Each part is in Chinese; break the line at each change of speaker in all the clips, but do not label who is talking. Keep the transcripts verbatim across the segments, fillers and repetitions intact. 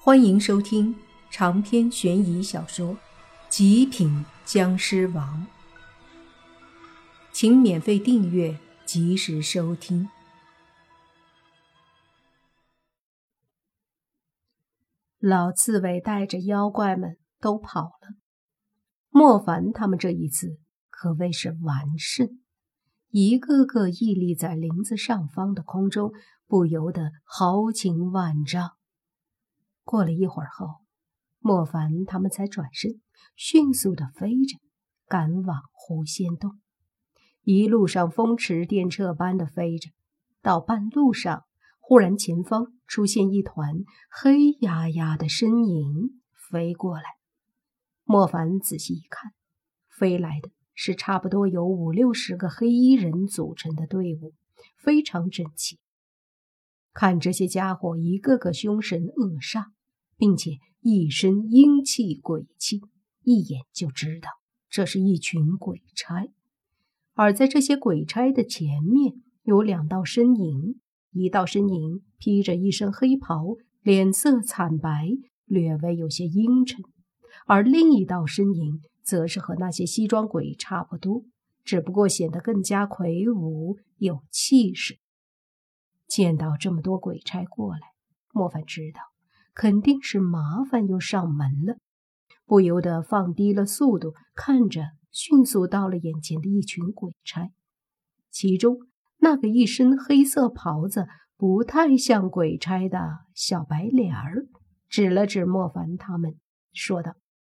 欢迎收听长篇悬疑小说《极品僵尸王》，请免费订阅，及时收听。老刺猬带着妖怪们都跑了，莫凡他们这一次可谓是完胜，一个个屹立在林子上方的空中，不由得豪情万丈。过了一会儿后，莫凡他们才转身，迅速地飞着，赶往狐仙洞。一路上风驰电掣般的飞着，到半路上，忽然前方出现一团黑压压的身影飞过来。莫凡仔细一看，飞来的是差不多有五六十个黑衣人组成的队伍，非常整齐。看这些家伙一个个凶神恶煞，并且一身阴气鬼气，一眼就知道这是一群鬼差。而在这些鬼差的前面有两道身影，一道身影披着一身黑袍，脸色惨白，略微有些阴沉，而另一道身影则是和那些西装鬼差不多，只不过显得更加魁梧有气势。见到这么多鬼差过来，莫凡知道肯定是麻烦又上门了，不由得放低了速度，看着迅速到了眼前的一群鬼差。其中那个一身黑色袍子不太像鬼差的小白脸儿，指了指莫凡他们，说道：“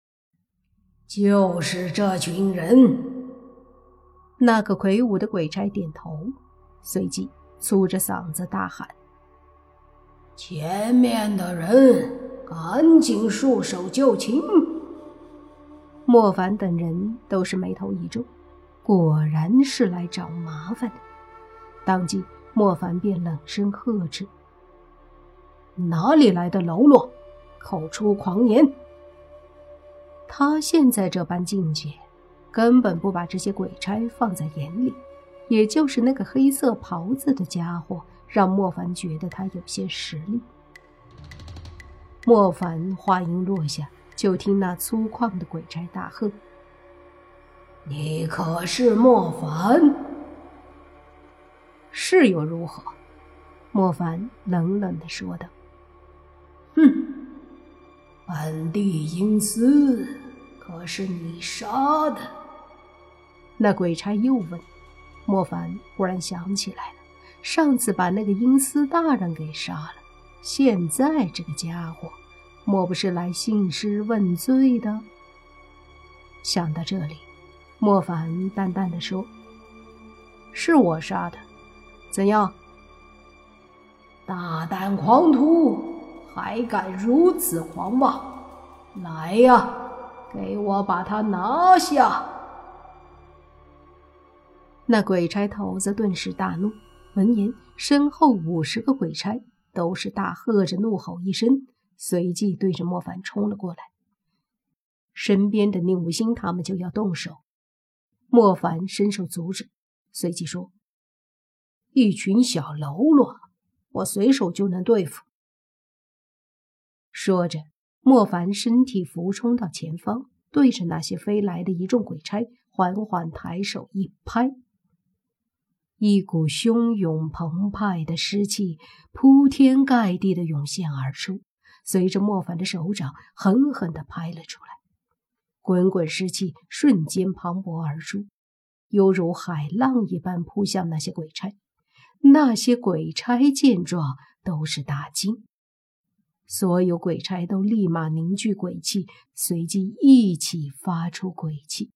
就是这群人。”
那个魁梧的鬼差点头，随即粗着嗓子大喊：“
前面的人赶紧束手就擒！”
莫凡等人都是眉头一皱，果然是来找麻烦的。当即莫凡便冷声呵斥：“哪里来的喽啰，口出狂言！”他现在这般境界，根本不把这些鬼差放在眼里，也就是那个黑色袍子的家伙让莫凡觉得他有些实力。莫凡话音落下，就听那粗犷的鬼差大喝：“
你可是莫凡？”“
是又如何？”莫凡冷冷地说道。
“哼，本地阴司可是你杀的？”
那鬼差又问。莫凡忽然想起来了，上次把那个阴司大人给杀了，现在这个家伙莫不是来兴师问罪的？想到这里，莫凡淡淡的说：“是我杀的，怎样？”“
大胆狂徒，还敢如此狂妄！来呀，给我把他拿下！”
那鬼差头子顿时大怒，闻言，身后五十个鬼差都是大喝着怒吼一声，随即对着莫凡冲了过来。身边的宁武星他们就要动手，莫凡伸手阻止，随即说：“一群小喽啰，我随手就能对付。”说着，莫凡身体俯冲到前方，对着那些飞来的一众鬼差缓缓抬手一拍，一股汹涌澎湃的湿气铺天盖地地涌现而出，随着莫凡的手掌狠狠地拍了出来，滚滚湿气瞬间磅礴而出，犹如海浪一般扑向那些鬼差。那些鬼差见状都是大惊，所有鬼差都立马凝聚鬼气，随即一起发出鬼气。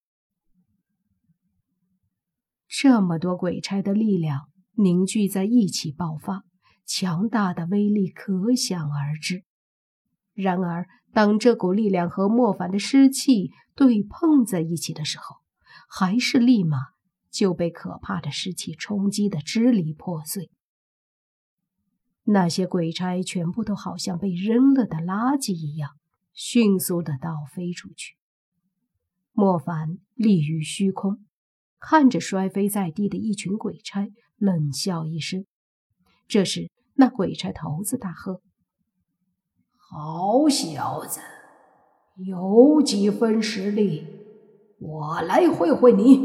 这么多鬼差的力量凝聚在一起爆发，强大的威力可想而知。然而当这股力量和莫凡的湿气对碰在一起的时候，还是立马就被可怕的湿气冲击得支离破碎。那些鬼差全部都好像被扔了的垃圾一样，迅速地倒飞出去。莫凡立于虚空，看着摔飞在地的一群鬼差，冷笑一声。这时那鬼差头子大喝：“
好小子，有几分实力，我来会会你。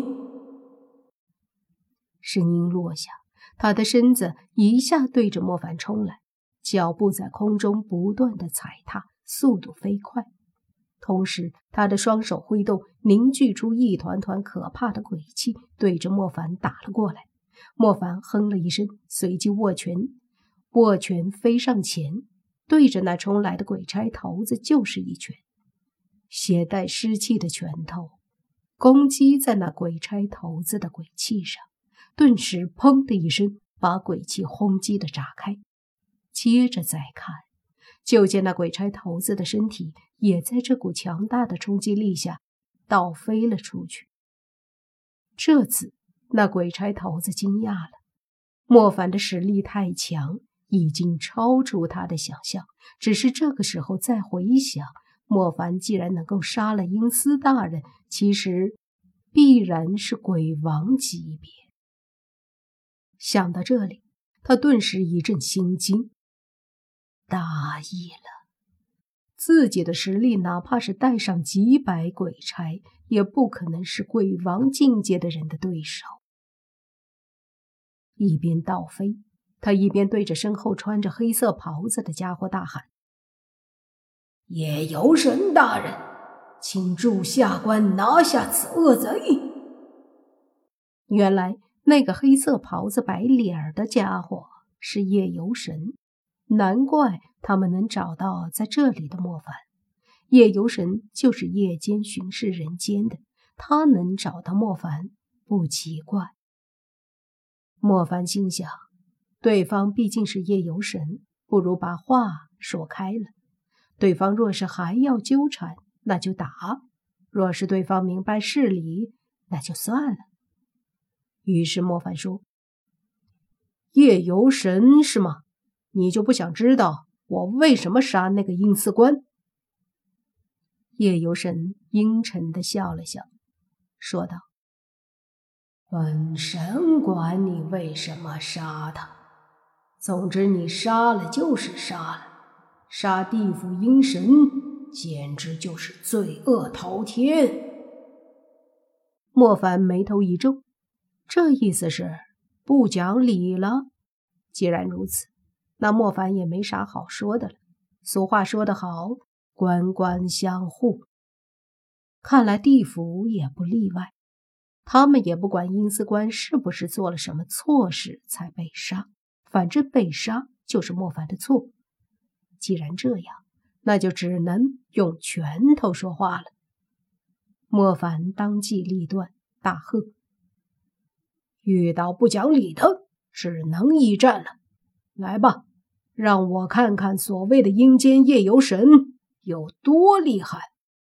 声音落下，他的身子一下对着莫凡冲来，脚步在空中不断的踩踏，速度飞快。同时他的双手挥动，凝聚出一团团可怕的鬼气，对着莫凡打了过来。莫凡哼了一声，随即握拳，握拳飞上前，对着那冲来的鬼差头子就是一拳。携带湿气的拳头攻击在那鬼差头子的鬼气上，顿时砰的一声把鬼气轰击的炸开。接着再看，就见那鬼差头子的身体也在这股强大的冲击力下倒飞了出去。这次那鬼差头子惊讶了，莫凡的实力太强，已经超出他的想象。只是这个时候再回想，莫凡既然能够杀了阴司大人，其实必然是鬼王级别。想到这里，他顿时一阵心惊，大意了。自己的实力哪怕是带上几百鬼差，也不可能是鬼王境界的人的对手。一边倒飞，他一边对着身后穿着黑色袍子的家伙大喊：
夜游神大人，请助下官拿下此恶贼。
原来那个黑色袍子白脸儿的家伙是夜游神，难怪他们能找到在这里的莫凡。夜游神就是夜间巡视人间的，他能找到莫凡不奇怪。莫凡心想，对方毕竟是夜游神，不如把话说开了。对方若是还要纠缠，那就打；若是对方明白事理，那就算了。于是莫凡说：夜游神是吗？你就不想知道我为什么杀那个阴司官？夜游神阴沉地笑了笑，说道：
本神管你为什么杀他，总之你杀了就是杀了，杀地府阴神简直就是罪恶滔天。
莫凡眉头一皱，这意思是不讲理了。既然如此，那莫凡也没啥好说的了。俗话说得好，官官相护。看来地府也不例外，他们也不管阴司官是不是做了什么错事才被杀，反正被杀就是莫凡的错。既然这样，那就只能用拳头说话了。莫凡当机立断，大喝：遇到不讲理的，只能一战了。来吧，让我看看所谓的阴间夜游神有多厉害。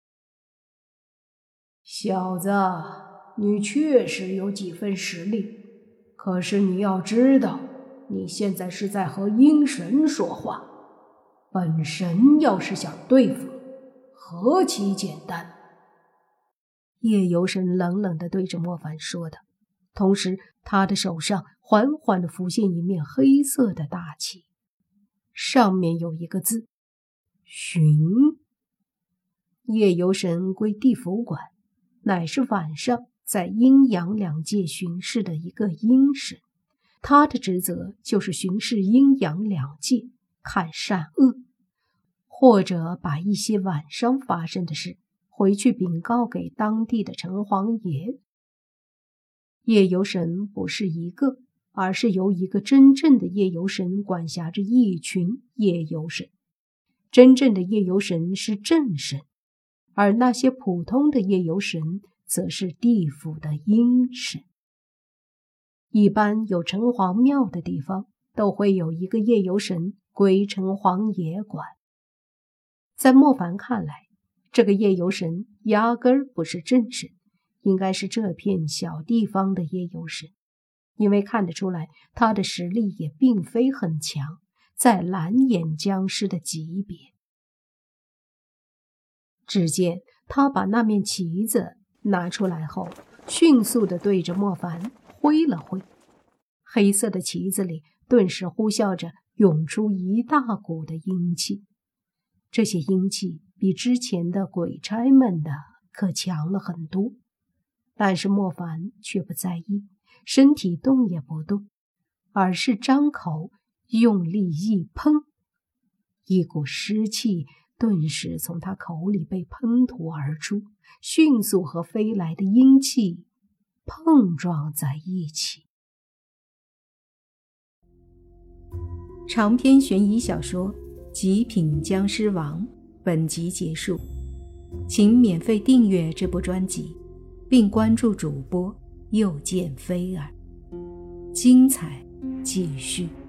小子，你确实有几分实力，可是你要知道，你现在是在和阴神说话。本神要是想对付你，何其简单。
夜游神冷冷地对着莫凡说道，同时他的手上缓缓地浮现一面黑色的大旗，上面有一个字：巡。夜游神归地府管，乃是晚上在阴阳两界巡视的一个阴神，他的职责就是巡视阴阳两界，看善恶，或者把一些晚上发生的事回去禀告给当地的城隍爷。夜游神不是一个，而是由一个真正的夜游神管辖着一群夜游神。真正的夜游神是正神，而那些普通的夜游神则是地府的阴神。一般有城隍庙的地方都会有一个夜游神归城隍爷管。在莫凡看来，这个夜游神压根儿不是正神，应该是这片小地方的夜游神，因为看得出来他的实力也并非很强，在蓝眼僵尸的级别。只见他把那面旗子拿出来后，迅速地对着莫凡挥了挥，黑色的旗子里顿时呼啸着涌出一大股的阴气。 这些阴气比之前的鬼差们的可强了很多，但是莫凡却不在意，身体动也不动，而是张口用力一喷，一股湿气顿时从他口里被喷吐而出，迅速和飞来的阴气碰撞在一起。
长篇悬疑小说《极品僵尸王》本集结束，请免费订阅这部专辑，并关注主播又见菲儿，精彩继续。